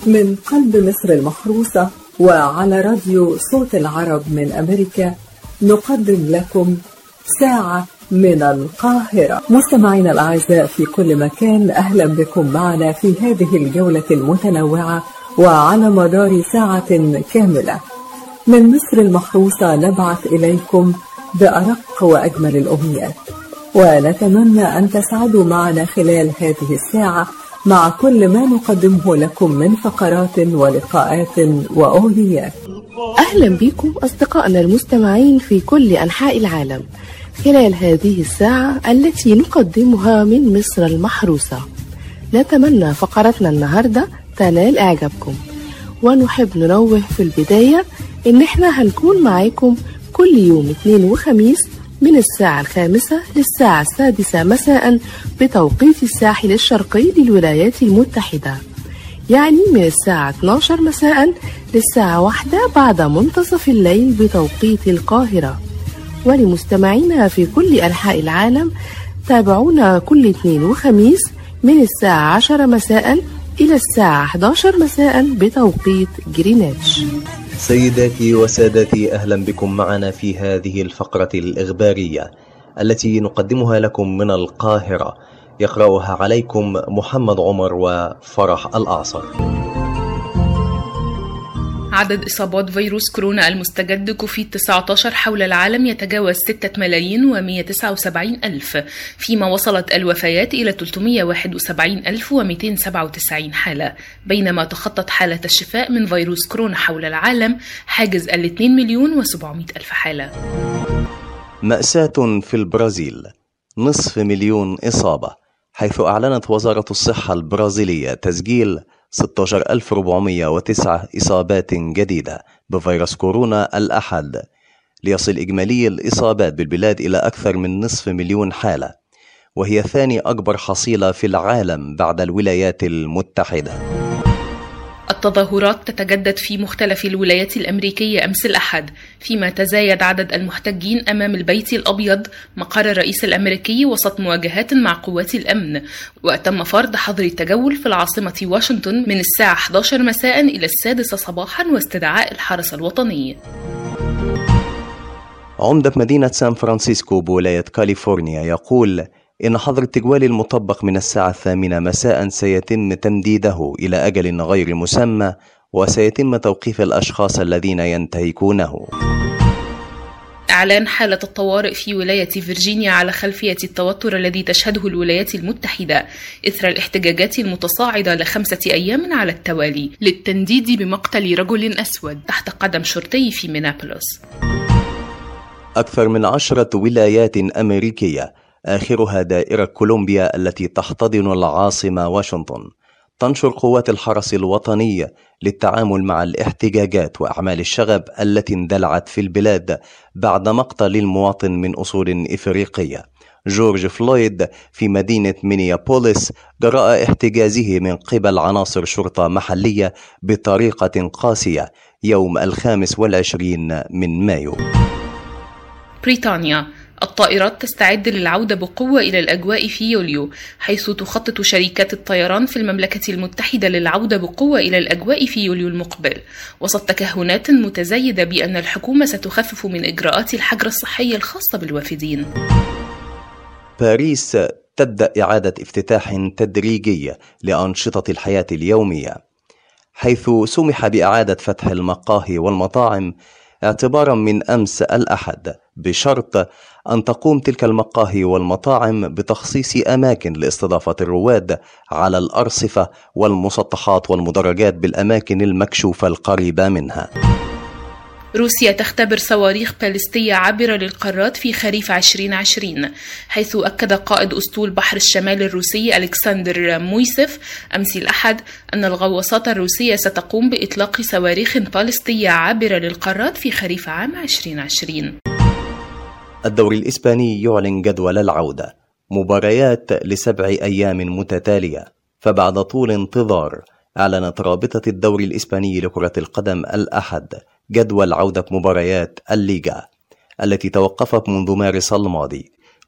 من قلب مصر المحروسة وعلى راديو صوت العرب من أمريكا نقدم لكم ساعة من القاهرة. مستمعينا الأعزاء في كل مكان، أهلا بكم معنا في هذه الجولة المتنوعة وعلى مدار ساعة كاملة من مصر المحروسة نبعث إليكم بأرق وأجمل الأمنيات، ونتمنى أن تسعدوا معنا خلال هذه الساعة مع كل ما نقدمه لكم من فقرات ولقاءات وأغنيات. أهلا بكم أصدقائنا المستمعين في كل أنحاء العالم خلال هذه الساعة التي نقدمها من مصر المحروسة. نتمنى فقرتنا النهاردة تنال إعجابكم، ونحب ننوه في البداية إن احنا هنكون معاكم كل يوم اثنين وخميس من الساعة 5 للساعة 6 مساء بتوقيت الساحل الشرقي للولايات المتحدة، يعني من الساعة 12 مساء للساعة 1 بعد منتصف الليل بتوقيت القاهرة. ولمستمعينا في كل أنحاء العالم تابعونا كل اثنين وخميس من الساعة 10 مساء إلى الساعة 11 مساء بتوقيت جرينتش. سيداتي وسادتي، أهلا بكم معنا في هذه الفقرة الإخبارية التي نقدمها لكم من القاهرة. يقرأها عليكم محمد عمر وفرح الأعصر. عدد إصابات فيروس كورونا المستجد كوفيد-19 حول العالم يتجاوز 6,179,000، فيما وصلت الوفيات إلى 371,297 حالة، بينما تخطت حالة الشفاء من فيروس كورونا حول العالم حاجز 2,700,000 حالة. مأساة في البرازيل، 500,000 إصابة، حيث أعلنت وزارة الصحة البرازيلية تسجيل 16,409 إصابات جديدة بفيروس كورونا الأحد، ليصل إجمالي الإصابات بالبلاد إلى أكثر من 500,000 حالة، وهي ثاني أكبر حصيلة في العالم بعد الولايات المتحدة. التظاهرات تتجدد في مختلف الولايات الأمريكية أمس الأحد، فيما تزايد عدد المحتجين أمام البيت الأبيض مقر الرئيس الأمريكي وسط مواجهات مع قوات الأمن، وتم فرض حظر التجول في العاصمة واشنطن من الساعة 11 مساء إلى 6 صباحا واستدعاء الحرس الوطني. عمدة مدينة سان فرانسيسكو بولاية كاليفورنيا يقول إن حظر التجوال المطبق من الساعة 8 مساء سيتم تمديده إلى أجل غير مسمى، وسيتم توقيف الأشخاص الذين ينتهكونه. إعلان حالة الطوارئ في ولاية فيرجينيا على خلفية التوتر الذي تشهده الولايات المتحدة إثر الاحتجاجات المتصاعدة ل5 أيام على التوالي للتنديد بمقتل رجل أسود تحت قدم شرطي في مينابوليس. أكثر من 10 ولايات أمريكية آخرها دائرة كولومبيا التي تحتضن العاصمة واشنطن تنشر قوات الحرس الوطني للتعامل مع الاحتجاجات وأعمال الشغب التي اندلعت في البلاد بعد مقتل المواطن من أصول إفريقية جورج فلويد في مدينة مينيابوليس جراء احتجازه من قبل عناصر شرطة محلية بطريقة قاسية يوم 25 من مايو. بريطانيا، الطائرات تستعد للعودة بقوة إلى الأجواء في يوليو، حيث تخطط شركات الطيران في المملكة المتحدة للعودة بقوة إلى الأجواء في يوليو المقبل، وسط تكهنات متزايدة بأن الحكومة ستخفف من إجراءات الحجر الصحي الخاصة بالوافدين. باريس تبدأ إعادة افتتاح تدريجي لأنشطة الحياة اليومية، حيث سمح بإعادة فتح المقاهي والمطاعم اعتبارا من أمس الأحد، بشرط أن تقوم تلك المقاهي والمطاعم بتخصيص أماكن لاستضافة الرواد على الأرصفة والمسطحات والمدرجات بالأماكن المكشوفة القريبة منها. روسيا تختبر صواريخ باليستية عابرة للقارات في خريف 2020، حيث أكد قائد أسطول بحر الشمال الروسي ألكسندر مويسيف أمس الأحد أن الغواصات الروسية ستقوم بإطلاق صواريخ باليستية عابرة للقارات في خريف عام 2020. الدوري الإسباني يعلن جدول العودة، مباريات ل7 أيام متتالية. فبعد طول انتظار أعلنت رابطة الدوري الإسباني لكرة القدم الأحد جدول عودة مباريات الليغا التي توقفت منذ مارس الماضي،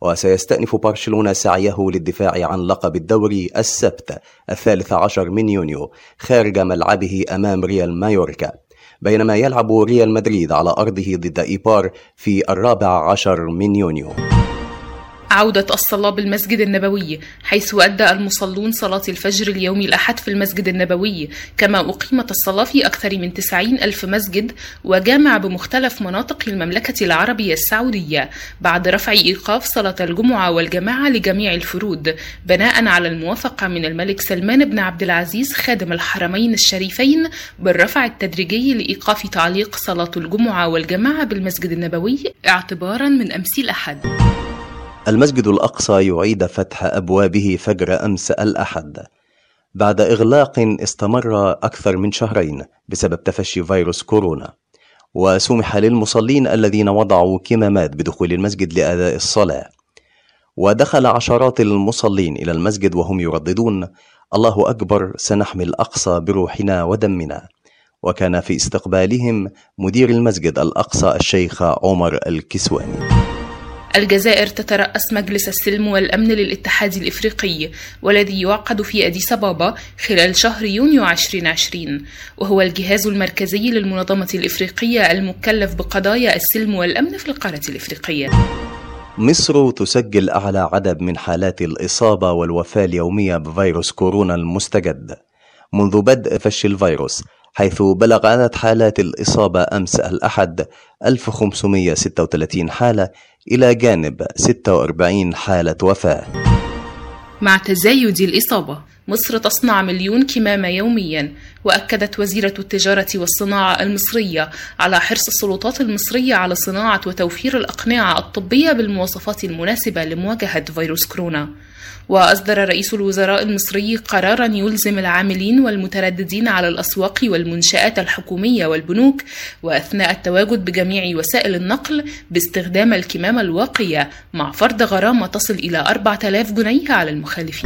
وسيستأنف برشلونة سعيه للدفاع عن لقب الدوري السبت 13 من يونيو خارج ملعبه أمام ريال مايوركا، بينما يلعب ريال مدريد على أرضه ضد إيبار في 14 من يونيو. عودة الصلاة بالمسجد النبوي، حيث أدى المصلون صلاة الفجر اليوم الأحد في المسجد النبوي، كما أقيمت الصلاة في أكثر من 90,000 مسجد وجامع بمختلف مناطق المملكة العربية السعودية، بعد رفع إيقاف صلاة الجمعة والجماعة لجميع الفروض، بناء على الموافقة من الملك سلمان بن عبد العزيز خادم الحرمين الشريفين بالرفع التدريجي لإيقاف تعليق صلاة الجمعة والجماعة بالمسجد النبوي اعتبارا من أمس الأحد. المسجد الأقصى يعيد فتح أبوابه فجر أمس الأحد بعد إغلاق استمر أكثر من شهرين بسبب تفشي فيروس كورونا، وسمح للمصلين الذين وضعوا كمامات بدخول المسجد لأداء الصلاة. ودخل عشرات المصلين إلى المسجد وهم يرددون: الله أكبر، سنحمي الأقصى بروحنا ودمنا. وكان في استقبالهم مدير المسجد الأقصى الشيخ عمر الكسواني. الجزائر تترأس مجلس السلم والأمن للاتحاد الإفريقي، والذي يعقد في أديس أبابا خلال شهر يونيو 2020، وهو الجهاز المركزي للمنظمة الإفريقية المكلف بقضايا السلم والأمن في القارة الإفريقية. مصر تسجل أعلى عدد من حالات الإصابة والوفاة اليومية بفيروس كورونا المستجد منذ بدء فشي الفيروس، حيث بلغ عدد حالات الإصابة أمس الأحد 1536 حالة إلى جانب 46 حالة وفاة. مع تزايد الإصابة، مصر تصنع 1,000,000 كمامة يوميا. وأكدت وزيرة التجارة والصناعة المصرية على حرص السلطات المصرية على صناعة وتوفير الأقنعة الطبية بالمواصفات المناسبة لمواجهة فيروس كورونا. وأصدر رئيس الوزراء المصري قرارا يلزم العاملين والمترددين على الأسواق والمنشآت الحكومية والبنوك وأثناء التواجد بجميع وسائل النقل باستخدام الكمامة الواقية، مع فرض غرامة تصل إلى 4,000 جنيه على المخالفين.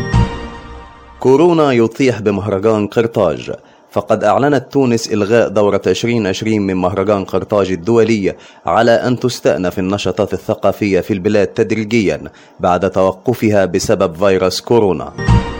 كورونا يطيح بمهرجان قرطاج، فقد أعلنت تونس إلغاء دورة 2020 من مهرجان قرطاج الدولي على أن تستأنف النشاطات الثقافية في البلاد تدريجيا بعد توقفها بسبب فيروس كورونا.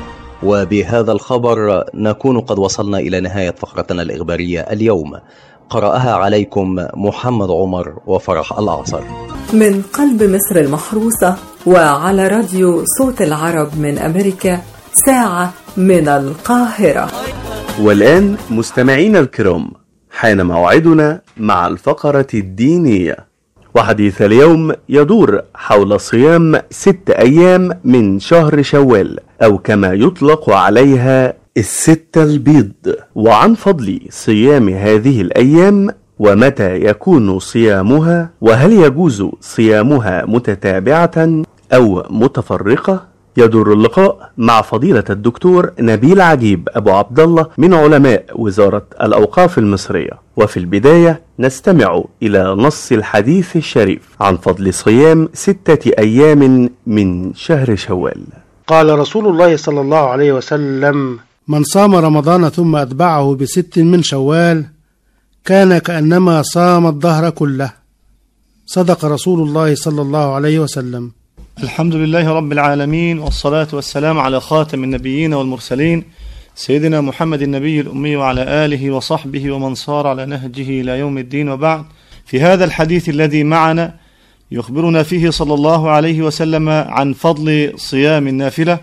وبهذا الخبر نكون قد وصلنا إلى نهاية فقرتنا الإخبارية اليوم. قرأها عليكم محمد عمر وفرح الأعصر من قلب مصر المحروسة، وعلى راديو صوت العرب من أمريكا، ساعة من القاهرة. والآن مستمعينا الكرام، حان موعدنا مع الفقرة الدينية، وحديث اليوم يدور حول صيام 6 أيام من شهر شوال، أو كما يطلق عليها الستة البيض، وعن فضل صيام هذه الأيام ومتى يكون صيامها، وهل يجوز صيامها متتابعة أو متفرقة. يدور اللقاء مع فضيلة الدكتور نبيل عجيب أبو عبد الله من علماء وزارة الأوقاف المصرية. وفي البداية نستمع إلى نص الحديث الشريف عن فضل صيام 6 أيام من شهر شوال. قال رسول الله صلى الله عليه وسلم: من صام رمضان ثم أتبعه ب6 من شوال كان كأنما صام الدهر كله. صدق رسول الله صلى الله عليه وسلم. الحمد لله رب العالمين، والصلاة والسلام على خاتم النبيين والمرسلين سيدنا محمد النبي الأمي وعلى آله وصحبه ومن صار على نهجه إلى يوم الدين. وبعد، في هذا الحديث الذي معنا يخبرنا فيه صلى الله عليه وسلم عن فضل صيام النافلة،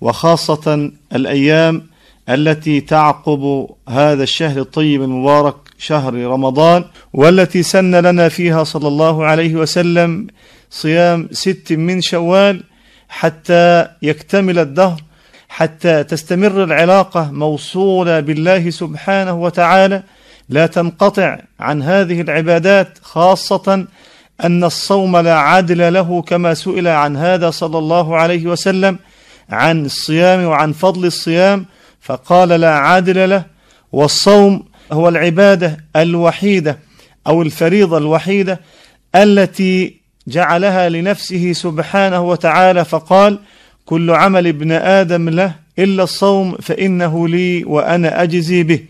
وخاصة الأيام التي تعقب هذا الشهر الطيب المبارك شهر رمضان، والتي سن لنا فيها صلى الله عليه وسلم صيام 6 من شوال حتى يكتمل الدهر، حتى تستمر العلاقة موصولة بالله سبحانه وتعالى، لا تنقطع عن هذه العبادات، خاصة أن الصوم لا عادل له، كما سئل عن هذا صلى الله عليه وسلم عن الصيام وعن فضل الصيام فقال لا عادل له. والصوم هو العبادة الوحيدة أو الفريضة الوحيدة التي جعلها لنفسه سبحانه وتعالى، فقال: كل عمل ابن آدم له إلا الصوم فإنه لي وأنا أجزي به.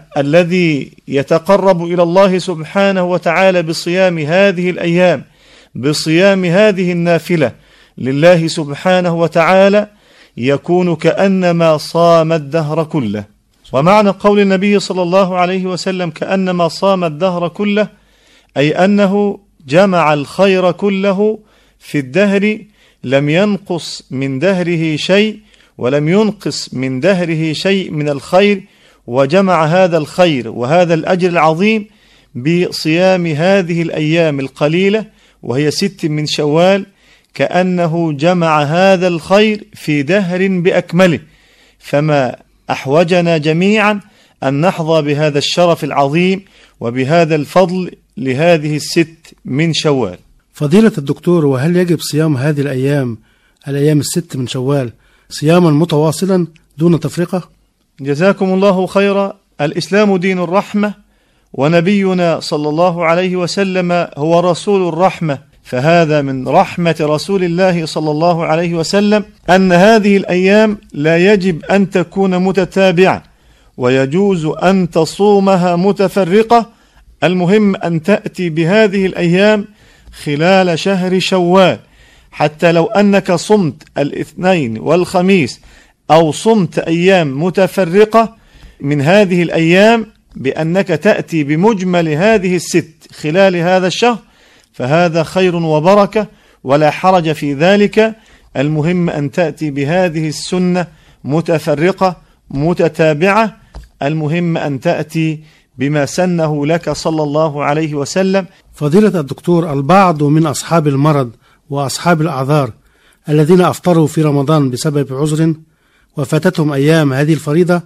فالذي يتقرب إلى الله سبحانه وتعالى بصيام هذه الأيام بصيام هذه النافلة لله سبحانه وتعالى يكون كأنما صام الدهر كله. ومعنى قول النبي صلى الله عليه وسلم كأنما صام الدهر كله أي أنه جمع الخير كله في الدهر، لم ينقص من دهره شيء ولم ينقص من دهره شيء من الخير، وجمع هذا الخير وهذا الأجر العظيم بصيام هذه الأيام القليلة وهي 6 من شوال، كأنه جمع هذا الخير في دهر بأكمله. فما أحوجنا جميعا أن نحظى بهذا الشرف العظيم وبهذا الفضل لهذه 6 من شوال. فضيلة الدكتور، وهل يجب صيام هذه الأيام 6 من شوال صياما متواصلا دون تفرقة؟ جزاكم الله خيرا. الإسلام دين الرحمة، ونبينا صلى الله عليه وسلم هو رسول الرحمة، فهذا من رحمة رسول الله صلى الله عليه وسلم أن هذه الأيام لا يجب أن تكون متتابعة، ويجوز أن تصومها متفرقة. المهم أن تأتي بهذه الأيام خلال شهر شوال، حتى لو أنك صمت الاثنين والخميس أو صمت أيام متفرقة من هذه الأيام بأنك تأتي بمجمل هذه 6 خلال هذا الشهر، فهذا خير وبركة ولا حرج في ذلك. المهم أن تأتي بهذه السنة متفرقة متتابعة، المهم أن تأتي بما سنه لك صلى الله عليه وسلم. فضيلة الدكتور، البعض من أصحاب المرض وأصحاب الأعذار الذين أفطروا في رمضان بسبب عذر وفاتتهم أيام هذه الفريضة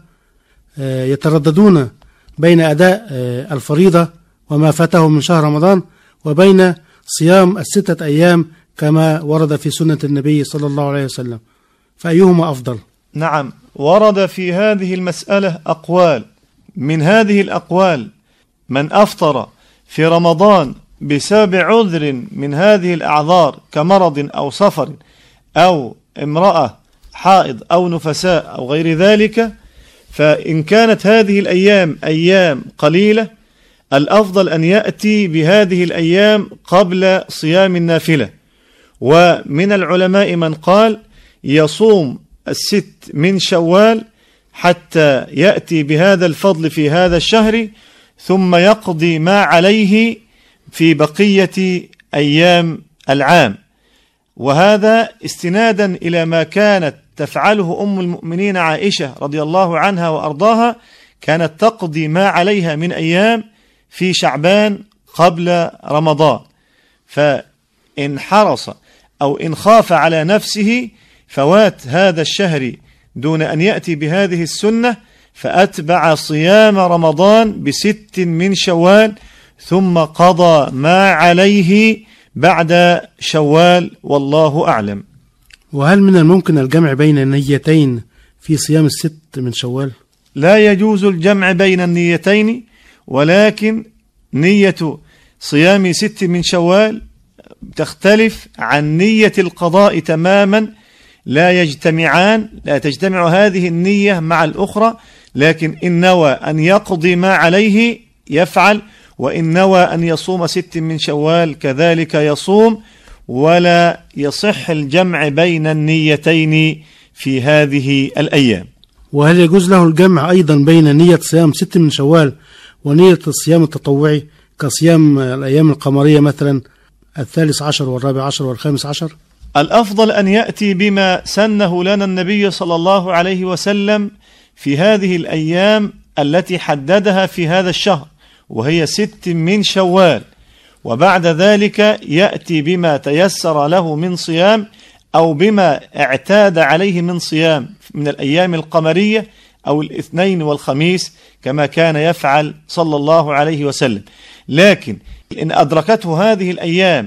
يترددون بين أداء الفريضة وما فاتهم من شهر رمضان وبين صيام 6 أيام كما ورد في سنة النبي صلى الله عليه وسلم، فأيهما أفضل؟ نعم، ورد في هذه المسألة أقوال. من هذه الأقوال من أفطر في رمضان بسبب عذر من هذه الأعذار كمرض أو سفر أو امرأة حائض أو نفساء أو غير ذلك، فإن كانت هذه الأيام أيام قليلة الأفضل أن يأتي بهذه الأيام قبل صيام النافلة. ومن العلماء من قال يصوم 6 من شوال حتى يأتي بهذا الفضل في هذا الشهر، ثم يقضي ما عليه في بقية أيام العام. وهذا استنادا إلى ما كانت تفعله أم المؤمنين عائشة رضي الله عنها وأرضاها، كانت تقضي ما عليها من أيام في شعبان قبل رمضان، فإن حرص أو إن خاف على نفسه فوات هذا الشهر دون أن يأتي بهذه السنة فأتبع صيام رمضان ب6 من شوال ثم قضى ما عليه بعد شوال، والله أعلم. وهل من الممكن الجمع بين النيتين في صيام 6 من شوال؟ لا يجوز الجمع بين النيتين، ولكن نية صيام 6 من شوال تختلف عن نية القضاء تماما، لا يجتمعان، لا تجتمع هذه النية مع الأخرى. لكن إن نوى أن يقضي ما عليه يفعل، وإن نوى أن يصوم 6 من شوال كذلك يصوم، ولا يصح الجمع بين النيتين في هذه الأيام. وهل يجوز له الجمع أيضا بين نية صيام 6 من شوال ونية الصيام التطوعي كصيام الأيام القمرية مثلا 13 والرابع والخامس عشر؟ الأفضل أن يأتي بما سنه لنا النبي صلى الله عليه وسلم في هذه الأيام التي حددها في هذا الشهر، وهي 6 من شوال، وبعد ذلك يأتي بما تيسر له من صيام أو بما اعتاد عليه من صيام من الأيام القمرية أو الاثنين والخميس كما كان يفعل صلى الله عليه وسلم. لكن إن أدركته هذه الأيام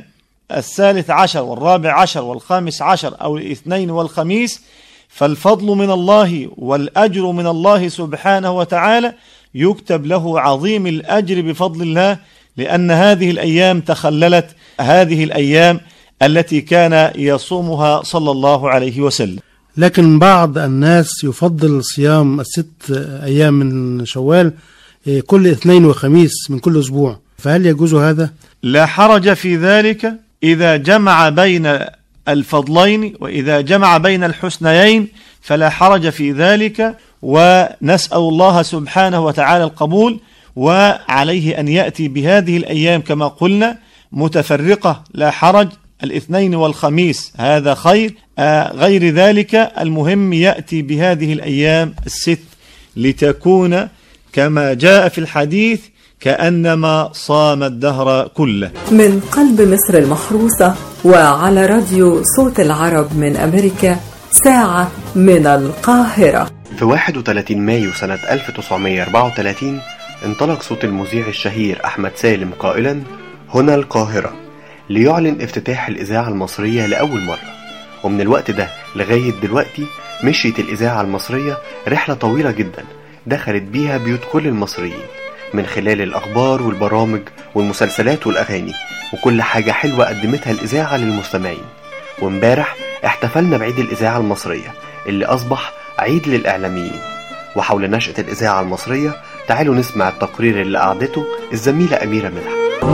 13 والرابع والخامس عشر أو الاثنين والخميس فالفضل من الله والأجر من الله سبحانه وتعالى، يكتب له عظيم الأجر بفضل الله، لأن هذه الأيام تخللت هذه الأيام التي كان يصومها صلى الله عليه وسلم. لكن بعض الناس يفضل صيام 6 أيام من شوال كل اثنين وخميس من كل أسبوع، فهل يجوز هذا؟ لا حرج في ذلك إذا جمع بين الفضلين وإذا جمع بين الحسنيين فلا حرج في ذلك، ونسأل الله سبحانه وتعالى القبول. وعليه أن يأتي بهذه الأيام كما قلنا متفرقة لا حرج، الاثنين والخميس هذا خير، غير ذلك المهم يأتي بهذه الأيام الست لتكون كما جاء في الحديث كأنما صام الدهر كله. من قلب مصر المحروسة وعلى راديو صوت العرب من أمريكا، ساعة من القاهرة. في 31 مايو سنة 1934 انطلق صوت المذيع الشهير أحمد سالم قائلا: هنا القاهرة، ليعلن افتتاح الإذاعة المصرية لأول مرة. ومن الوقت ده لغاية دلوقتي مشيت الإذاعة المصرية رحلة طويلة جدا دخلت بيها بيوت كل المصريين من خلال الأخبار والبرامج والمسلسلات والأغاني وكل حاجة حلوة قدمتها الإذاعة للمستمعين. وامبارح احتفلنا بعيد الإذاعة المصرية اللي أصبح عيد للإعلاميين. وحول نشأة الإذاعة المصرية تعالوا نسمع التقرير اللي أعدته الزميلة أميرة مدحت.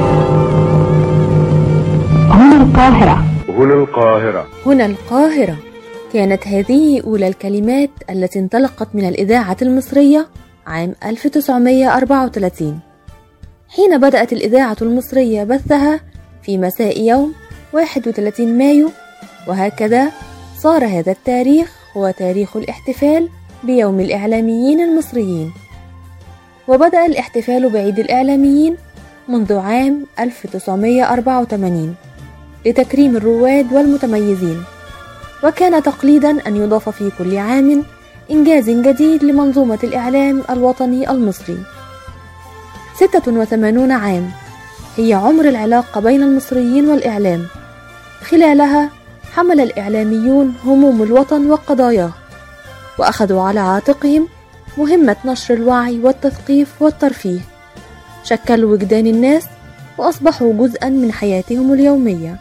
هنا القاهرة، هنا القاهرة، هنا القاهرة. كانت هذه أولى الكلمات التي انطلقت من الإذاعة المصرية عام 1934 حين بدأت الإذاعة المصرية بثها في مساء يوم 31 مايو، وهكذا صار هذا التاريخ هو تاريخ الاحتفال بيوم الإعلاميين المصريين. وبدأ الاحتفال بعيد الإعلاميين منذ عام 1984 لتكريم الرواد والمتميزين، وكان تقليدا أن يضاف في كل عام إنجاز جديد لمنظومة الإعلام الوطني المصري. 86 عام هي عمر العلاقة بين المصريين والإعلام، خلالها حمل الإعلاميون هموم الوطن وقضاياه، وأخذوا على عاتقهم مهمة نشر الوعي والتثقيف والترفيه، شكلوا وجدان الناس وأصبحوا جزءا من حياتهم اليومية.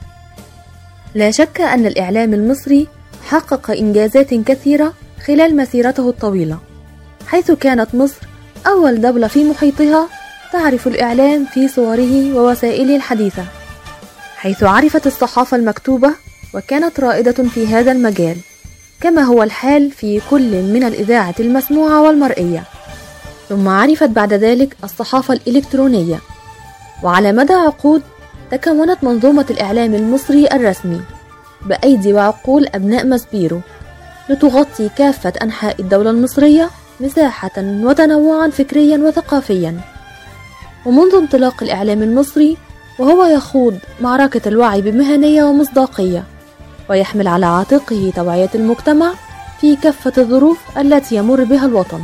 لا شك أن الإعلام المصري حقق إنجازات كثيرة خلال مسيرته الطويلة، حيث كانت مصر أول دولة في محيطها تعرف الإعلام في صوره ووسائله الحديثة، حيث عرفت الصحافة المكتوبة وكانت رائدة في هذا المجال، كما هو الحال في كل من الإذاعة المسموعة والمرئية. ثم عرفت بعد ذلك الصحافة الإلكترونية. وعلى مدى عقود تكونت منظومة الإعلام المصري الرسمي بأيدي وعقول أبناء مسبيرو لتغطي كافة أنحاء الدولة المصرية مساحة وتنوعا فكريا وثقافيا. ومنذ انطلاق الإعلام المصري وهو يخوض معركة الوعي بمهنية ومصداقية، ويحمل على عاتقه توعية المجتمع في كافة الظروف التي يمر بها الوطن.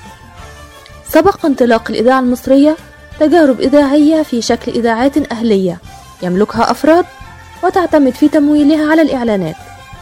سبق انطلاق الإذاعة المصرية تجارب إذاعية في شكل إذاعات أهلية يملكها أفراد وتعتمد في تمويلها على الإعلانات.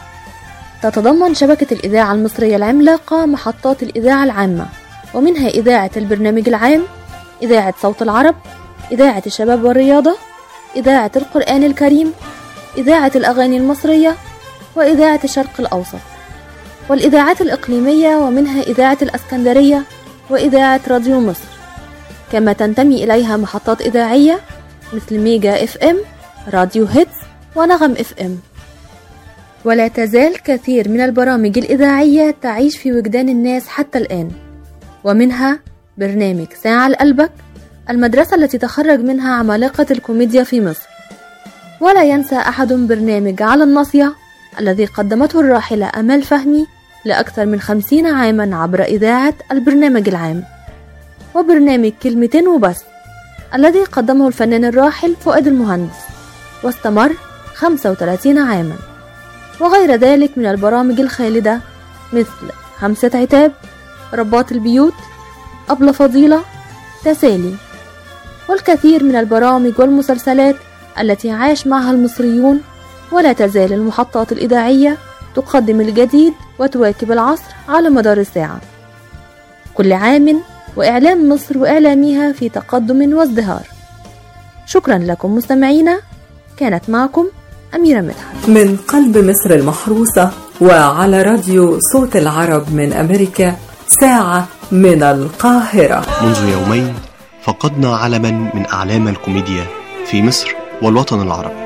تتضمن شبكة الإذاعة المصرية العملاقة محطات الإذاعة العامة، ومنها إذاعة البرنامج العام، إذاعة صوت العرب، إذاعة الشباب والرياضة، إذاعة القرآن الكريم، إذاعة الأغاني المصرية، وإذاعة الشرق الأوسط، والإذاعات الإقليمية ومنها إذاعة الإسكندرية وإذاعة راديو مصر، كما تنتمي إليها محطات إذاعية مثل ميجا اف ام، راديو هيتس، ونغم اف ام. ولا تزال كثير من البرامج الإذاعية تعيش في وجدان الناس حتى الآن، ومنها برنامج ساعة لقلبك، المدرسة التي تخرج منها عمالقة الكوميديا في مصر. ولا ينسى أحد برنامج على الناصية الذي قدمته الراحلة أمال فهمي لأكثر من 50 عاما عبر إذاعة البرنامج العام، وبرنامج كلمتين وبس الذي قدمه الفنان الراحل فؤاد المهندس واستمر 35 عاما، وغير ذلك من البرامج الخالدة مثل همسة عتاب، رباط البيوت، أبلة فضيلة، تسالي، والكثير من البرامج والمسلسلات التي عاش معها المصريون. ولا تزال المحطات الإذاعية تقدم الجديد وتواكب العصر على مدار الساعة. كل عام وإعلام مصر وإعلاميها في تقدم وازدهار. شكرا لكم مستمعينا، كانت معكم أميرة مدحت من قلب مصر المحروسة وعلى راديو صوت العرب من أمريكا، ساعة من القاهرة. منذ يومين فقدنا علما من أعلام الكوميديا في مصر والوطن العربي،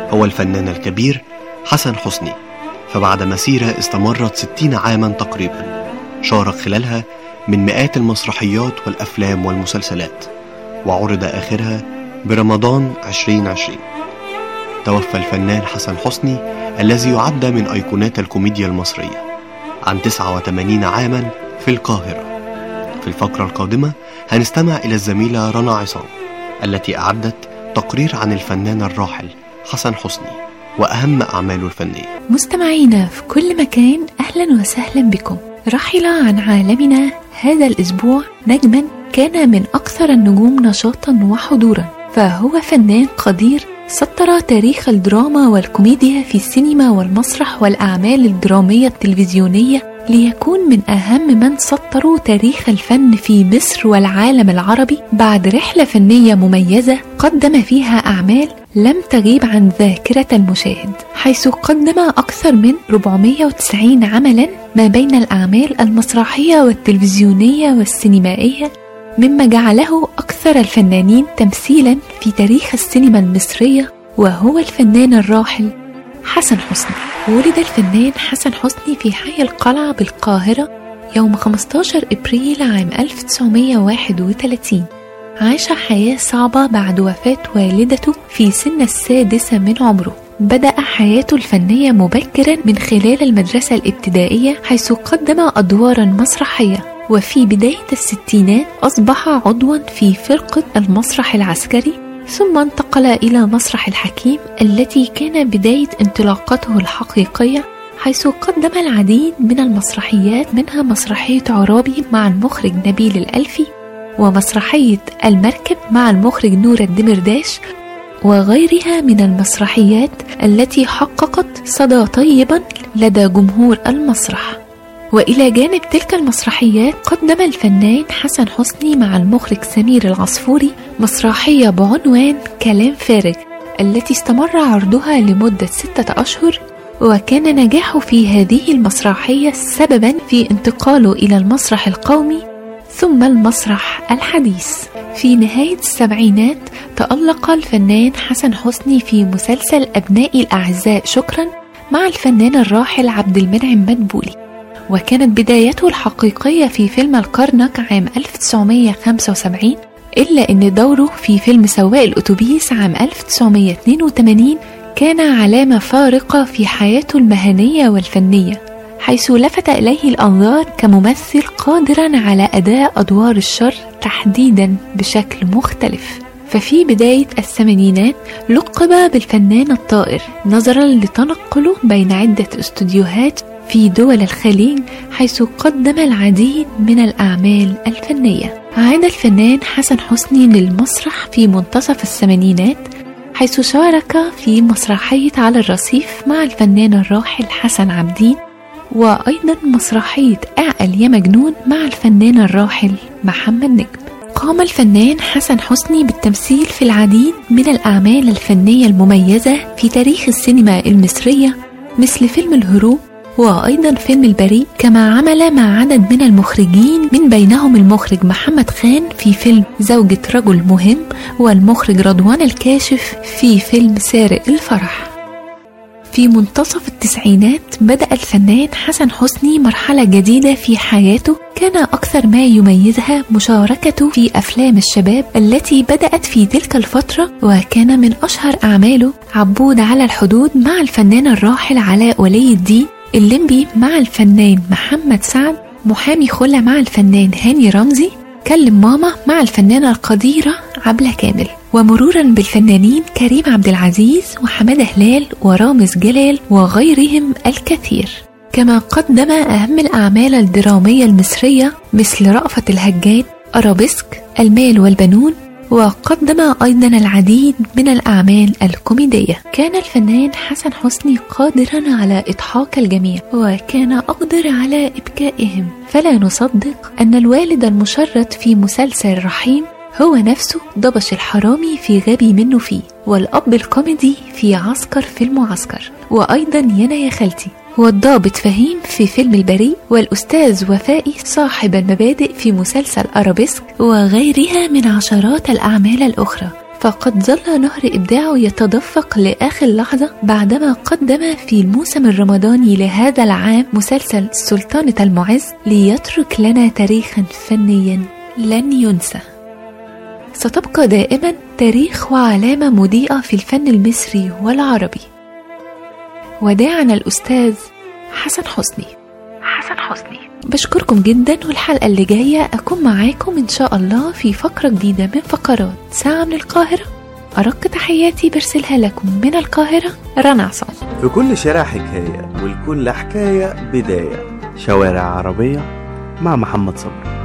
هو الفنان الكبير حسن حسني، فبعد مسيرة استمرت 60 عاما تقريبا شارك خلالها من مئات المسرحيات والأفلام والمسلسلات، وعرض آخرها برمضان 2020. توفى الفنان حسن حسني الذي يعد من أيقونات الكوميديا المصرية عن 89 عاما في القاهرة. في الفقرة القادمة هنستمع إلى الزميلة رنا عصام التي أعدت تقرير عن الفنان الراحل حسن حسني وأهم أعماله الفنية. مستمعينا في كل مكان، أهلا وسهلا بكم. رحل عن عالمنا هذا الأسبوع نجما كان من أكثر النجوم نشاطا وحضورا، فهو فنان قدير سطر تاريخ الدراما والكوميديا في السينما والمسرح والأعمال الدرامية التلفزيونية، ليكون من أهم من سطروا تاريخ الفن في مصر والعالم العربي بعد رحلة فنية مميزة قدم فيها أعمال لم تغيب عن ذاكرة المشاهد، حيث قدم أكثر من 490 عملا ما بين الأعمال المسرحية والتلفزيونية والسينمائية، مما جعله أكثر الفنانين تمثيلا في تاريخ السينما المصرية، وهو الفنان الراحل حسن حسني. ولد الفنان حسن حسني في حي القلعة بالقاهرة يوم 15 إبريل عام 1931. عاش حياة صعبة بعد وفاة والدته في سن 6 من عمره. بدأ حياته الفنية مبكرا من خلال المدرسة الابتدائية، حيث قدم أدوارا مسرحية، وفي بداية الستينات أصبح عضوا في فرقة المسرح العسكري، ثم انتقل إلى مسرح الحكيم التي كان بداية انطلاقته الحقيقية، حيث قدم العديد من المسرحيات، منها مسرحية عرابي مع المخرج نبيل الألفي، ومسرحية المركب مع المخرج نور الدمرداش، وغيرها من المسرحيات التي حققت صدى طيبا لدى جمهور المسرح. وإلى جانب تلك المسرحيات قدم الفنان حسن حسني مع المخرج سمير العصفوري مسرحية بعنوان كلام فارغ، التي استمر عرضها لمدة 6 أشهر، وكان نجاحه في هذه المسرحية سببا في انتقاله إلى المسرح القومي ثم المسرح الحديث. في نهاية السبعينات تألق الفنان حسن حسني في مسلسل أبنائي الأعزاء شكرا مع الفنان الراحل عبد المنعم مدبولي، وكانت بدايته الحقيقية في فيلم الكرنك عام 1975، إلا أن دوره في فيلم سواق الأتوبيس عام 1982 كان علامة فارقة في حياته المهنية والفنية، حيث لفت إليه الأنظار كممثل قادرا على أداء أدوار الشر تحديدا بشكل مختلف. ففي بداية الثمانينات لقب بالفنان الطائر نظرا لتنقله بين عدة استوديوهات في دول الخليج، حيث قدم العديد من الأعمال الفنية. عاد الفنان حسن حسني للمسرح في منتصف الثمانينات، حيث شارك في مسرحية على الرصيف مع الفنان الراحل حسن عابدين، وأيضا مسرحية أعقل يا مجنون مع الفنان الراحل محمد نجم. قام الفنان حسن حسني بالتمثيل في العديد من الأعمال الفنية المميزة في تاريخ السينما المصرية، مثل فيلم الهروب وأيضا فيلم البريء، كما عمل مع عدد من المخرجين من بينهم المخرج محمد خان في فيلم زوجة رجل مهم، والمخرج رضوان الكاشف في فيلم سارق الفرح. في منتصف التسعينات بدأ الفنان حسن حسني مرحلة جديدة في حياته، كان أكثر ما يميزها مشاركته في أفلام الشباب التي بدأت في تلك الفترة، وكان من أشهر أعماله عبود على الحدود مع الفنان الراحل علاء ولي الدين، الليمبي مع الفنان محمد سعد، محامي خلع مع الفنان هاني رمزي، كلم ماما مع الفنانة القديرة عبلة كامل، ومرورا بالفنانين كريم عبد العزيز وحمادة هلال ورامز جلال وغيرهم الكثير. كما قدم أهم الأعمال الدرامية المصرية مثل رأفت الهجان، أرابيسك، المال والبنون، وقدم أيضا العديد من الأعمال الكوميدية. كان الفنان حسن حسني قادرا على إضحاك الجميع، وكان أقدر على إبكائهم، فلا نصدق أن الوالد المشرد في مسلسل رحيم هو نفسه ضبش الحرامي في غبي منه فيه، والأب الكوميدي في عسكر في المعسكر، وأيضا يانا يا خالتي، والضابط فهيم في فيلم البريء، والأستاذ وفائي صاحب المبادئ في مسلسل أرابيسك، وغيرها من عشرات الأعمال الأخرى. فقد ظل نهر إبداعه يتدفق لآخر لحظة بعدما قدم في الموسم الرمضاني لهذا العام مسلسل سلطانة المعز ليترك لنا تاريخا فنيا لن ينسى. ستبقى دائما تاريخ وعلامة مضيئة في الفن المصري والعربي. وداعنا الأستاذ حسن حسني. بشكركم جدا، والحلقة اللي جاية أكون معاكم إن شاء الله في فقرة جديدة من فقرات ساعة من القاهرة. أرق تحياتي برسلها لكم من القاهرة رنا عصام. في كل شارع حكاية ولكل حكاية بداية، شوارع عربية مع محمد صبري.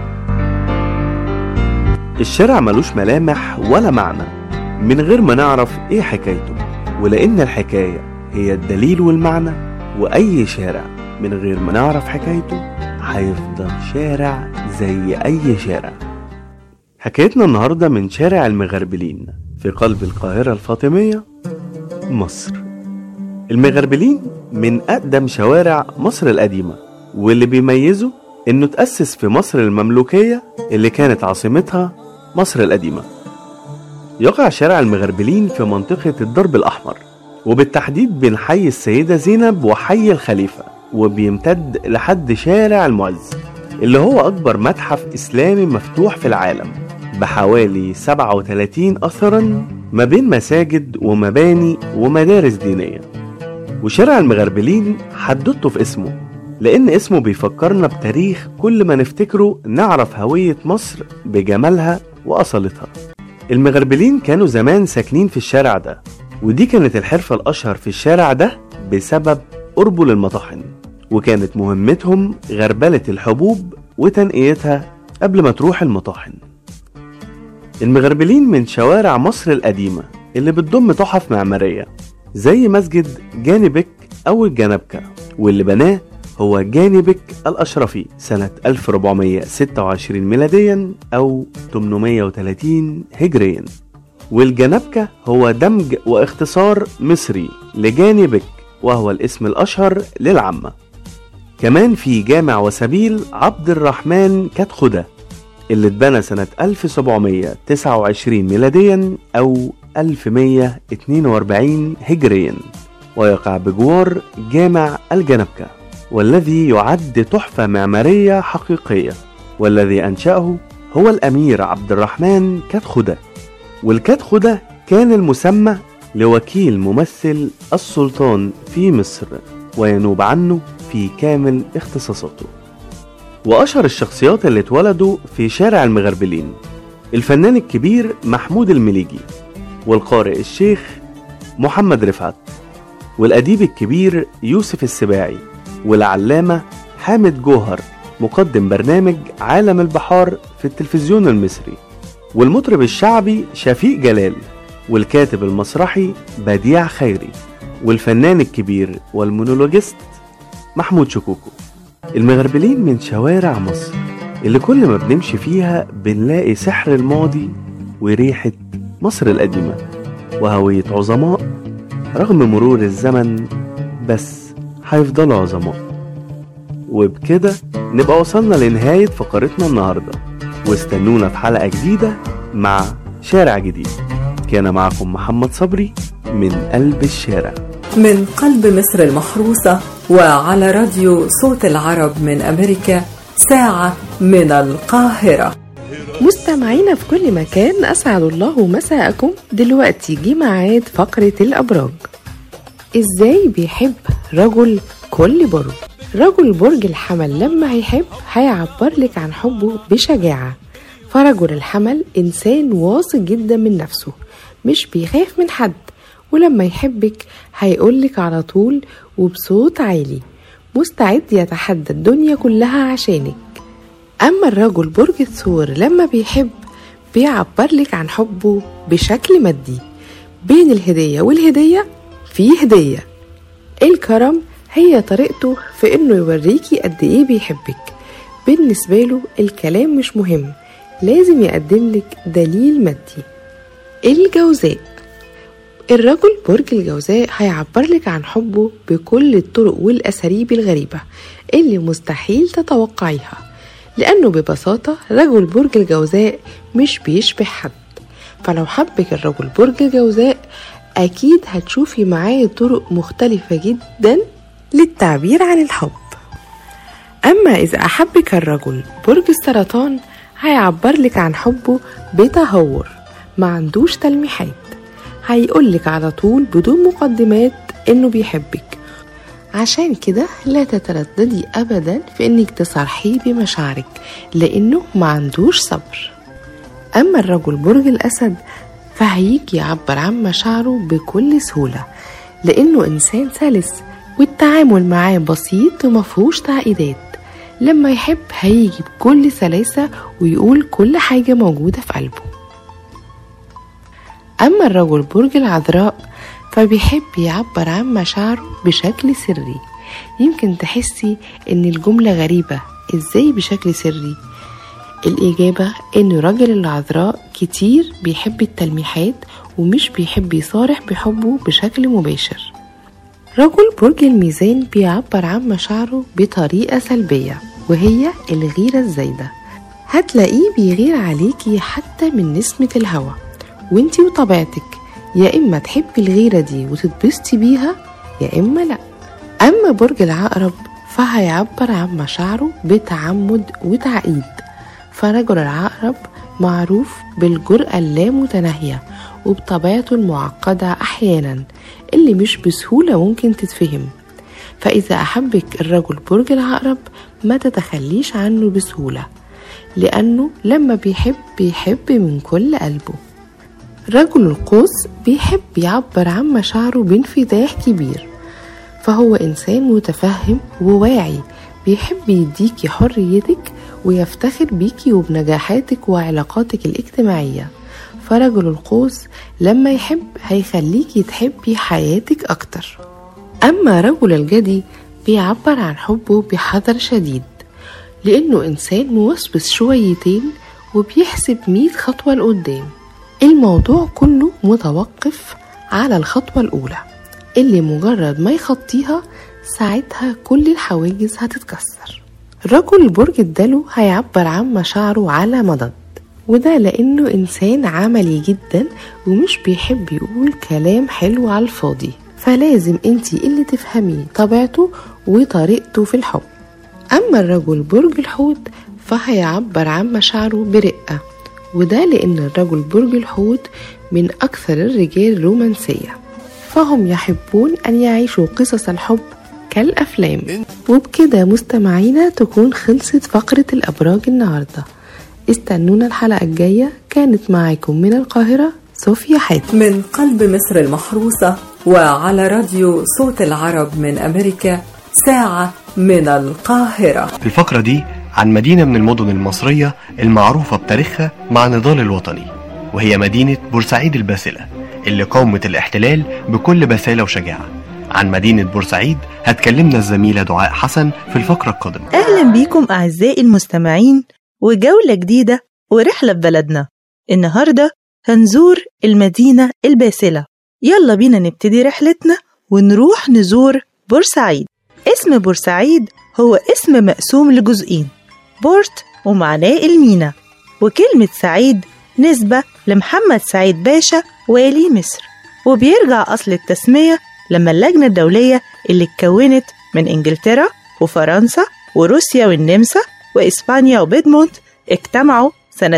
الشارع ملوش ملامح ولا معنى من غير ما نعرف ايه حكايته، ولأن الحكاية هي الدليل والمعنى، وأي شارع من غير ما نعرف حكايته هيفضل شارع زي أي شارع. حكايتنا النهاردة من شارع المغربلين في قلب القاهرة الفاطمية مصر. المغربلين من أقدم شوارع مصر القديمة، واللي بيميزه إنه تأسس في مصر المملوكية اللي كانت عاصمتها مصر القديمة. يقع شارع المغربلين في منطقة الدرب الأحمر، وبالتحديد بين حي السيدة زينب وحي الخليفة، وبيمتد لحد شارع المعز اللي هو أكبر متحف إسلامي مفتوح في العالم بحوالي 37 أثرا ما بين مساجد ومباني ومدارس دينية. وشارع المغربلين حددته في اسمه، لأن اسمه بيفكرنا بتاريخ كل ما نفتكره نعرف هوية مصر بجمالها وأصالتها. المغربلين كانوا زمان ساكنين في الشارع ده، ودي كانت الحرفة الأشهر في الشارع ده بسبب قربه للمطاحن، وكانت مهمتهم غربلة الحبوب وتنقيتها قبل ما تروح المطاحن. المغربلين من شوارع مصر القديمة اللي بتضم تحف معمارية زي مسجد جانبك أو الجنبكة، واللي بناه هو جانبك الأشرفي سنة 1426 ميلاديا أو 830 هجريا. والجنبكة هو دمج واختصار مصري لجانبك، وهو الاسم الأشهر للعامة. كمان في جامع وسبيل عبد الرحمن كتخدة اللي اتبنى سنة 1729 ميلاديا أو 1142 هجريا، ويقع بجوار جامع الجنبكة، والذي يعد تحفة معمارية حقيقية، والذي أنشأه هو الأمير عبد الرحمن كتخدة. والكتخدة كان المسمى لوكيل ممثل السلطان في مصر، وينوب عنه في كامل اختصاصاته. وأشهر الشخصيات اللي اتولدوا في شارع المغربلين الفنان الكبير محمود المليجي، والقارئ الشيخ محمد رفعت، والأديب الكبير يوسف السباعي، والعلامة حامد جوهر مقدم برنامج عالم البحار في التلفزيون المصري، والمطرب الشعبي شفيق جلال، والكاتب المسرحي بديع خيري، والفنان الكبير والمونولوجيست محمود شكوكو. المغربلين من شوارع مصر اللي كل ما بنمشي فيها بنلاقي سحر الماضي وريحة مصر القديمة وهوية عظماء رغم مرور الزمن، بس هيفضلوا عظماء. وبكده نبقى وصلنا لنهاية فقرتنا النهاردة، واستنونا في حلقة جديدة مع شارع جديد. كان معكم محمد صبري من قلب الشارع، من قلب مصر المحروسة، وعلى راديو صوت العرب من أمريكا، ساعة من القاهرة. مستمعينا في كل مكان، أسعد الله مساءكم. دلوقتي جه ميعاد فقرة الأبراج. إزاي بيحب رجل كل برج؟ رجل برج الحمل لما هيحب هيعبر لك عن حبه بشجاعة. فرجل الحمل إنسان واثق جدا من نفسه، مش بيخاف من حد، ولما يحبك هيقولك على طول وبصوت عالي، مستعد يتحدى الدنيا كلها عشانك. أما الرجل برج الثور لما بيحب بيعبر لك عن حبه بشكل مادي، بين الهدية والهدية فيه هدية. الكرم هي طريقته في انه يوريكي قد ايه بيحبك. بالنسبة له الكلام مش مهم، لازم يقدم لك دليل مادي. الجوزاء، الرجل برج الجوزاء هيعبر لك عن حبه بكل الطرق والأساليب الغريبة اللي مستحيل تتوقعيها، لأنه ببساطة رجل برج الجوزاء مش بيشبه حد، فلو حبك الرجل برج الجوزاء أكيد هتشوفي معاه طرق مختلفة جدا للتعبير عن الحب. أما إذا أحبك الرجل برج السرطان هيعبر لك عن حبه بتهور، ما عندوش تلميحات، هيقولك على طول بدون مقدمات إنه بيحبك. عشان كده لا تترددي أبدا في إنك تصارحيه بمشاعرك لأنه ما عندوش صبر. أما الرجل برج الأسد فهيجي يعبر عن مشاعره بكل سهولة لأنه إنسان سلس والتعامل معاه بسيط ومفهوش تعقيدات. لما يحب هيجي بكل سلاسة ويقول كل حاجة موجودة في قلبه. أما الرجل برج العذراء فبيحب يعبر عن مشاعره بشكل سري. يمكن تحسي إن الجملة غريبة، إزاي بشكل سري؟ الإجابة إن رجل العذراء كتير بيحب التلميحات ومش بيحب يصارح بحبه بشكل مباشر. رجل برج الميزان بيعبر عن مشاعره بطريقة سلبية وهي الغيرة الزايدة. هتلاقيه بيغير عليكي حتى من نسمة الهوا، وانتي وطبيعتك يا إما تحبي الغيرة دي وتتبسطي بيها يا إما لأ. أما برج العقرب فهيعبر عن مشاعره بتعمد وتعقيد. فرجل العقرب معروف بالجرأة اللامتناهية وبطبيعته المعقدة أحيانا اللي مش بسهولة ممكن تتفهم. فإذا أحبك الرجل برج العقرب ما تتخليش عنه بسهولة لأنه لما بيحب من كل قلبه. رجل القوس بيحب يعبر عن مشاعره بانفتاح كبير، فهو إنسان متفهم وواعي، بيحب يديكي حريتك ويفتخر بيكي وبنجاحاتك وعلاقاتك الاجتماعية. فرجل القوس لما يحب هيخليكي تحبي حياتك أكتر. أما رجل الجدي بيعبر عن حبه بحذر شديد لأنه إنسان موسوس شويتين وبيحسب 100 خطوة لقدام. الموضوع كله متوقف على الخطوة الأولى اللي مجرد ما يخطيها ساعتها كل الحواجز هتتكسر. رجل برج الدلو هيعبر عن مشاعره على مضض، وده لأنه إنسان عملي جدا ومش بيحب يقول كلام حلو على الفاضي، فلازم انتي اللي تفهمي طبيعته وطريقته في الحب. أما الرجل برج الحوت فهيعبر عن مشاعره برقة، وده لأن الرجل برج الحوت من أكثر الرجال رومانسية، فهم يحبون أن يعيشوا قصص الحب كالأفلام. وبكده مستمعينا تكون خلصت فقرة الأبراج النهاردة. استنونا الحلقة الجاية. كانت معاكم من القاهرة صوفيا حاتم من قلب مصر المحروسة، وعلى راديو صوت العرب من أمريكا، ساعة من القاهرة. الفقرة دي عن مدينة من المدن المصرية المعروفة بتاريخها مع النضال الوطني، وهي مدينة بورسعيد الباسلة اللي قاومت الاحتلال بكل بسالة وشجاعة. عن مدينة بورسعيد هتكلمنا الزميلة دعاء حسن في الفقرة القادمة. أهلا بيكم أعزائي المستمعين وجولة جديدة ورحلة ببلدنا. النهاردة هنزور المدينة الباسلة. يلا بينا نبتدي رحلتنا ونروح نزور بورسعيد. اسم بورسعيد هو اسم مقسوم لجزئين، بورت ومعناه المينا، وكلمة سعيد نسبة لمحمد سعيد باشا والي مصر، وبيرجع أصل التسمية لما اللجنة الدولية اللي اتكونت من إنجلترا وفرنسا وروسيا والنمسا وإسبانيا وبيدمونت اجتمعوا سنة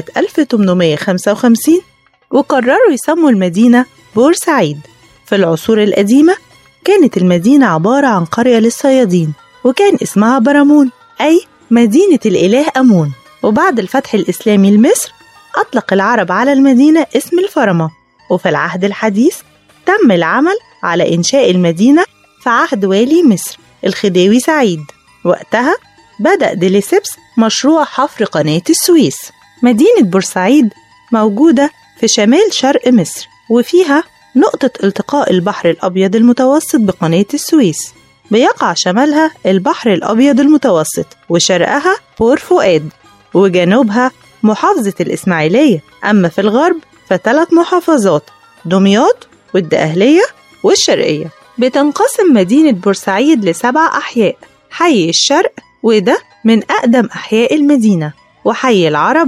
1855 وقرروا يسموا المدينة بورسعيد. في العصور القديمة كانت المدينة عبارة عن قرية للصيادين، وكان اسمها برامون أي مدينة الإله أمون. وبعد الفتح الإسلامي لمصر أطلق العرب على المدينة اسم الفرمة. وفي العهد الحديث تم العمل على إنشاء المدينة في عهد والي مصر الخديوي سعيد. وقتها بدأ ديليسيبس مشروع حفر قناة السويس. مدينة بورسعيد موجودة في شمال شرق مصر، وفيها نقطة التقاء البحر الأبيض المتوسط بقناة السويس. بيقع شمالها البحر الأبيض المتوسط، وشرقها بور فؤاد، وجنوبها محافظة الإسماعيلية. أما في الغرب ف3 محافظات، دمياط والدقهلية والشرقية. بتنقسم مدينة بورسعيد ل7 أحياء: حي الشرق وده من أقدم أحياء المدينة، وحي العرب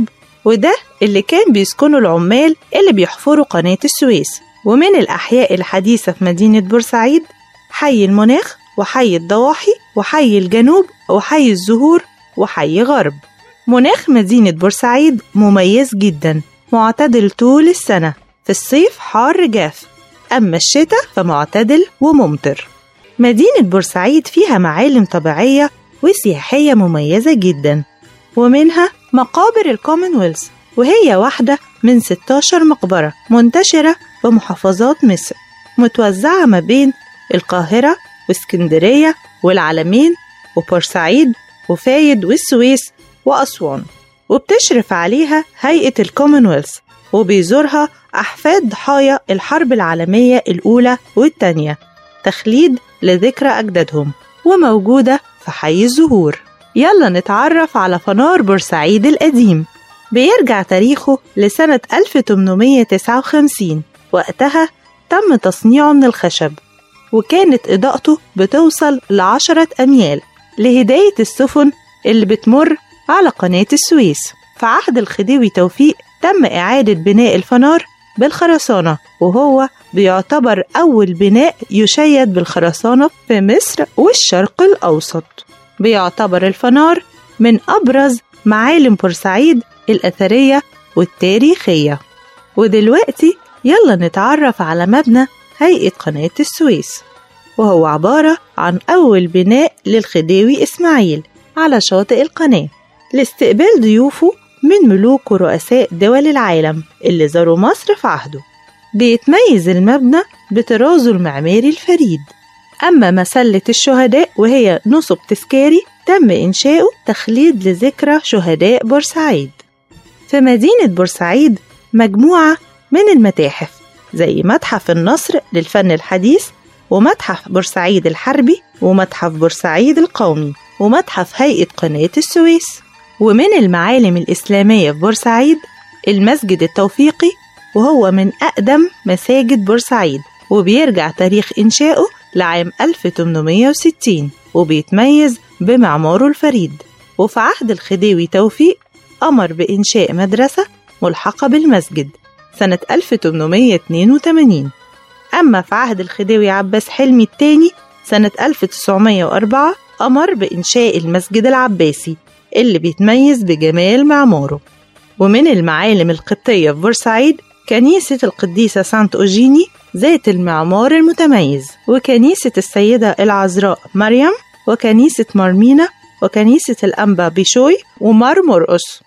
وده اللي كان بيسكنوا العمال اللي بيحفروا قناة السويس. ومن الأحياء الحديثة في مدينة بورسعيد حي المناخ وحي الضواحي وحي الجنوب وحي الزهور وحي غرب. مناخ مدينة بورسعيد مميز جدا، معتدل طول السنة، في الصيف حار جاف، أما الشتاء فمعتدل وممطر. مدينة بورسعيد فيها معالم طبيعية وسياحية مميزة جدا، ومنها مقابر الكومنولث، وهي واحدة من 16 مقبرة منتشرة في محافظات مصر، متوزعة ما بين القاهرة واسكندرية والعلمين وبورسعيد وفايد والسويس وأسوان، وبتشرف عليها هيئة الكومنولث، وبيزورها أحفاد ضحايا الحرب العالمية الأولى والتانية تخليد لذكرى أجدادهم، وموجودة في حي الزهور. يلا نتعرف على فنار بورسعيد القديم. بيرجع تاريخه لسنة 1859، وقتها تم تصنيعه من الخشب، وكانت إضاءته بتوصل ل10 أميال لهداية السفن اللي بتمر على قناة السويس. في عهد الخديوي توفيق تم إعادة بناء الفنار بالخرسانة، وهو بيعتبر أول بناء يشيد بالخرسانة في مصر والشرق الأوسط. بيعتبر الفنار من أبرز معالم بورسعيد الأثرية والتاريخية. ودلوقتي يلا نتعرف على مبنى هيئة قناة السويس، وهو عبارة عن أول بناء للخديوي إسماعيل على شاطئ القناة لاستقبال ضيوفه من ملوك ورؤساء دول العالم اللي زاروا مصر في عهده. بيتميز المبنى بطرازه المعماري الفريد. أما مسلة الشهداء وهي نصب تذكاري تم إنشاؤه تخليد لذكرى شهداء بورسعيد. في مدينة بورسعيد مجموعة من المتاحف زي متحف النصر للفن الحديث، ومتحف بورسعيد الحربي، ومتحف بورسعيد القومي، ومتحف هيئة قناة السويس. ومن المعالم الإسلامية في بورسعيد المسجد التوفيقي، وهو من أقدم مساجد بورسعيد، وبيرجع تاريخ إنشائه لعام 1860، وبيتميز بمعماره الفريد. وفي عهد الخديوي توفيق أمر بإنشاء مدرسة ملحقة بالمسجد سنة 1882. أما في عهد الخديوي عباس حلمي الثاني سنة 1904 أمر بإنشاء المسجد العباسي اللي بيتميز بجمال معماره. ومن المعالم القبطية في بورسعيد كنيسة القديسة سانت أوجيني ذات المعمار المتميز، وكنيسة السيدة العذراء مريم، وكنيسة مرمينا، وكنيسة الأنبا بيشوي ومار مرقس.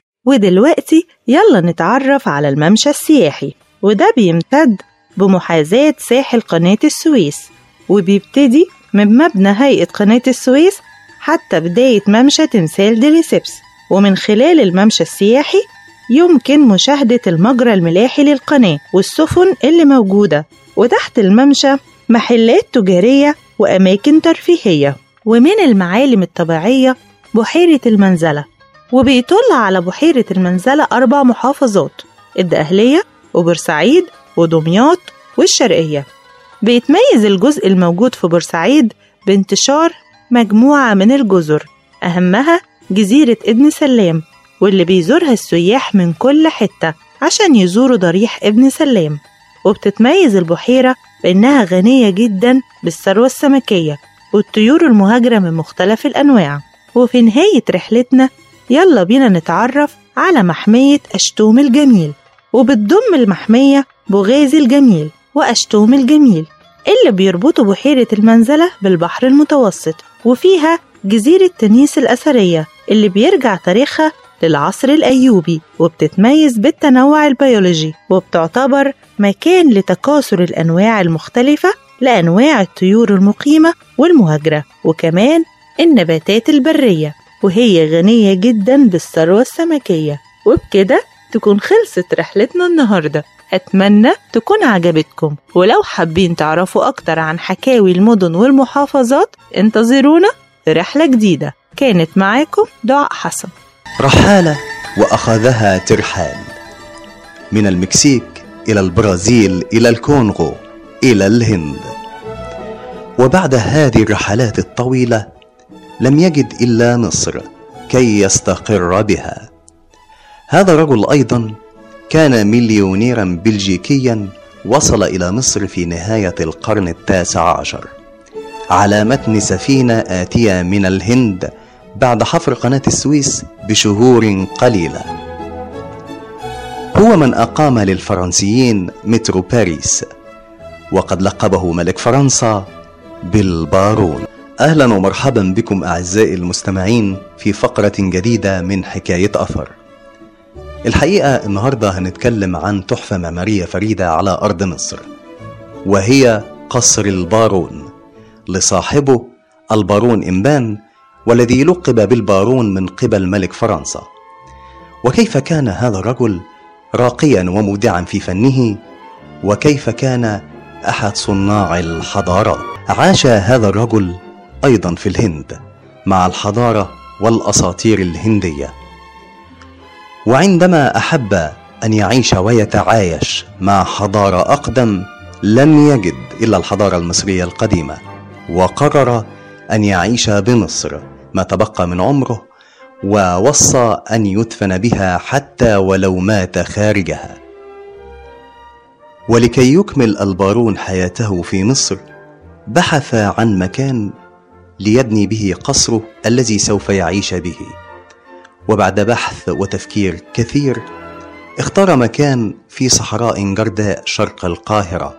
ودلوقتي يلا نتعرف على الممشى السياحي، وده بيمتد بمحاذاة ساحل قناة السويس، وبيبتدي من مبنى هيئة قناة السويس حتى بداية ممشى تمثال ديليسيبس. ومن خلال الممشى السياحي يمكن مشاهدة المجرى الملاحي للقناة والسفن اللي موجودة، وتحت الممشى محلات تجارية وأماكن ترفيهية. ومن المعالم الطبيعية بحيرة المنزلة، وبيطل على بحيرة المنزلة 4 محافظات: الدقهلية وبورسعيد ودمياط والشرقية. بيتميز الجزء الموجود في بورسعيد بانتشار مجموعة من الجزر، أهمها جزيرة ابن سلام، واللي بيزورها السياح من كل حتة عشان يزوروا ضريح ابن سلام. وبتتميز البحيرة بأنها غنية جدا بالثروة السمكية والطيور المهاجرة من مختلف الأنواع. وفي نهاية رحلتنا يلا بينا نتعرف على محمية أشتوم الجميل، وبتضم المحمية بوغازي الجميل وأشتوم الجميل اللي بيربطوا بحيرة المنزلة بالبحر المتوسط، وفيها جزيرة تنيس الأثرية اللي بيرجع تاريخها للعصر الأيوبي، وبتتميز بالتنوع البيولوجي، وبتعتبر مكان لتكاثر الأنواع المختلفة لأنواع الطيور المقيمة والمهاجرة، وكمان النباتات البرية، وهي غنية جدا بالثروة السمكية. وبكده تكون خلصت رحلتنا النهاردة. أتمنى تكون عجبتكم، ولو حابين تعرفوا أكتر عن حكاوي المدن والمحافظات انتظرونا في رحلة جديدة. كانت معاكم دعاء حسن. رحالة وأخذها ترحال من المكسيك إلى البرازيل إلى الكونغو إلى الهند. وبعد هذه الرحلات الطويلة لم يجد إلا مصر كي يستقر بها. هذا الرجل أيضا كان مليونيرا بلجيكيا وصل إلى مصر في نهاية القرن 19 على متن سفينة آتية من الهند بعد حفر قناة السويس بشهور قليلة. هو من أقام للفرنسيين مترو باريس، وقد لقبه ملك فرنسا بالبارون. أهلا ومرحبا بكم أعزائي المستمعين في فقرة جديدة من حكاية أثر. الحقيقة النهاردة هنتكلم عن تحفة معمارية فريدة على أرض مصر، وهي قصر البارون لصاحبه البارون إمبان، والذي لقب بالبارون من قبل ملك فرنسا. وكيف كان هذا الرجل راقيا ومودعا في فنه، وكيف كان أحد صناع الحضارات. عاش هذا الرجل أيضا في الهند مع الحضارة والأساطير الهندية، وعندما أحب أن يعيش ويتعايش مع حضارة أقدم لم يجد إلا الحضارة المصرية القديمة، وقرر أن يعيش بمصر ما تبقى من عمره، ووصى أن يدفن بها حتى ولو مات خارجها. ولكي يكمل البارون حياته في مصر بحث عن مكان ليبني به قصره الذي سوف يعيش به، وبعد بحث وتفكير كثير اختار مكان في صحراء جرداء شرق القاهرة،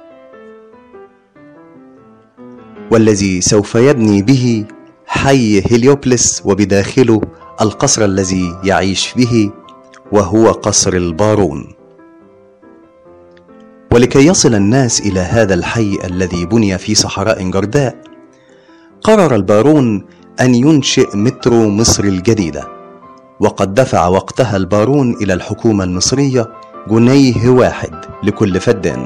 والذي سوف يبني به حي هيليوبلس وبداخله القصر الذي يعيش به، وهو قصر البارون. ولكي يصل الناس إلى هذا الحي الذي بني في صحراء جرداء، قرر البارون أن ينشئ مترو مصر الجديدة، وقد دفع وقتها البارون إلى الحكومة المصرية جنيه واحد لكل فدان.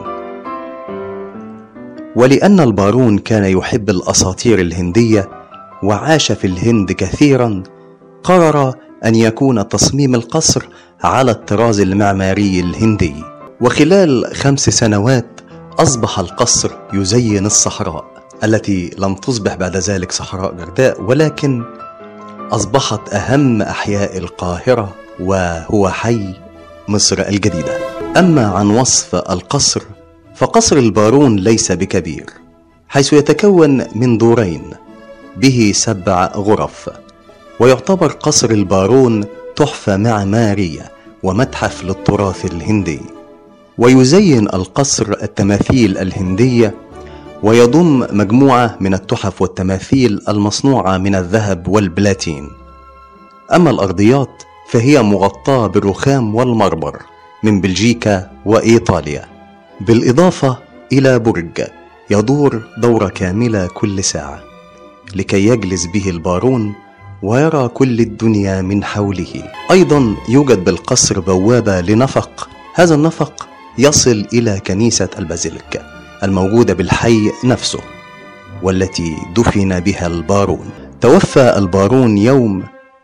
ولأن البارون كان يحب الأساطير الهندية وعاش في الهند كثيرا، قرر أن يكون تصميم القصر على الطراز المعماري الهندي. وخلال 5 سنوات أصبح القصر يزين الصحراء التي لم تصبح بعد ذلك صحراء جرداء، ولكن أصبحت أهم أحياء القاهرة، وهو حي مصر الجديدة. أما عن وصف القصر، فقصر البارون ليس بكبير، حيث يتكون من دورين به 7 غرف، ويعتبر قصر البارون تحفة معمارية ومتحف للتراث الهندي. ويزين القصر التماثيل الهندية، ويضم مجموعة من التحف والتماثيل المصنوعة من الذهب والبلاتين. أما الأرضيات فهي مغطاة بالرخام والمرمر من بلجيكا وإيطاليا، بالإضافة إلى برج يدور دورة كاملة كل ساعة لكي يجلس به البارون ويرى كل الدنيا من حوله. أيضا يوجد بالقصر بوابة لنفق، هذا النفق يصل إلى كنيسة البازيليك الموجودة بالحي نفسه، والتي دفن بها البارون. توفى البارون يوم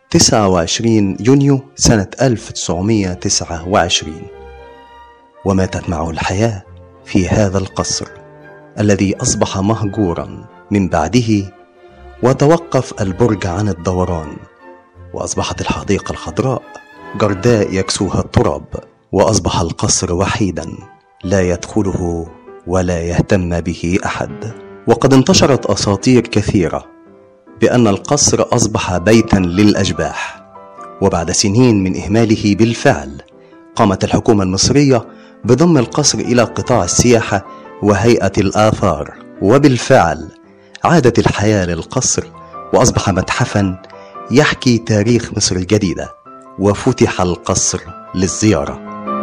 29 يونيو سنة 1929، وماتت معه الحياة في هذا القصر الذي أصبح مهجورا من بعده، وتوقف البرج عن الدوران، وأصبحت الحديقة الخضراء جرداء يكسوها التراب، وأصبح القصر وحيدا لا يدخله ولا يهتم به أحد. وقد انتشرت أساطير كثيرة بأن القصر أصبح بيتا للأشباح، وبعد سنين من إهماله بالفعل قامت الحكومة المصرية بضم القصر إلى قطاع السياحة وهيئة الآثار، وبالفعل عادت الحياة للقصر وأصبح متحفا يحكي تاريخ مصر الجديدة، وفتح القصر للزيارة.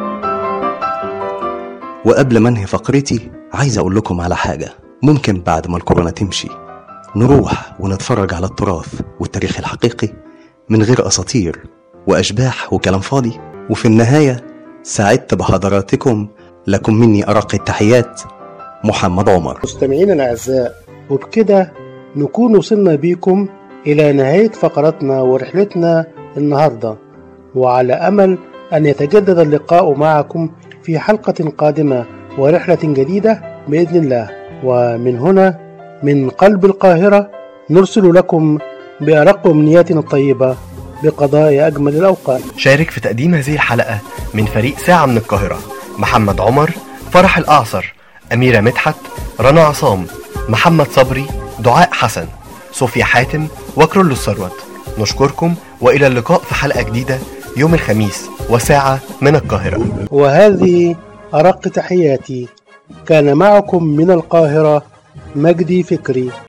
وقبل ما انهي فقرتي عايز أقول لكم على حاجة. ممكن بعد ما الكورونا تمشي نروح ونتفرج على التراث والتاريخ الحقيقي من غير أساطير وأشباح وكلام فاضي. وفي النهاية سعدت بحضراتكم، لكم مني أرق التحيات، محمد عمر. مستمعينا الأعزاء، وبكده نكون وصلنا بيكم إلى نهاية فقرتنا ورحلتنا النهاردة، وعلى أمل أن يتجدد اللقاء معكم في حلقة قادمة ورحلة جديدة بإذن الله. ومن هنا من قلب القاهرة نرسل لكم بأرق أمنياتنا الطيبة، بقضاء أجمل الأوقات. شارك في تقديم هذه الحلقة من فريق ساعة من القاهرة محمد عمر، فرح الأعصر، أميرة مدحت، رنا عصام، محمد صبري، دعاء حسن، صوفيا حاتم، وكرولو الثروت. نشكركم وإلى اللقاء في حلقة جديدة يوم الخميس وساعة من القاهرة. وهذه أرق تحياتي، كان معكم من القاهرة مجدي فكري.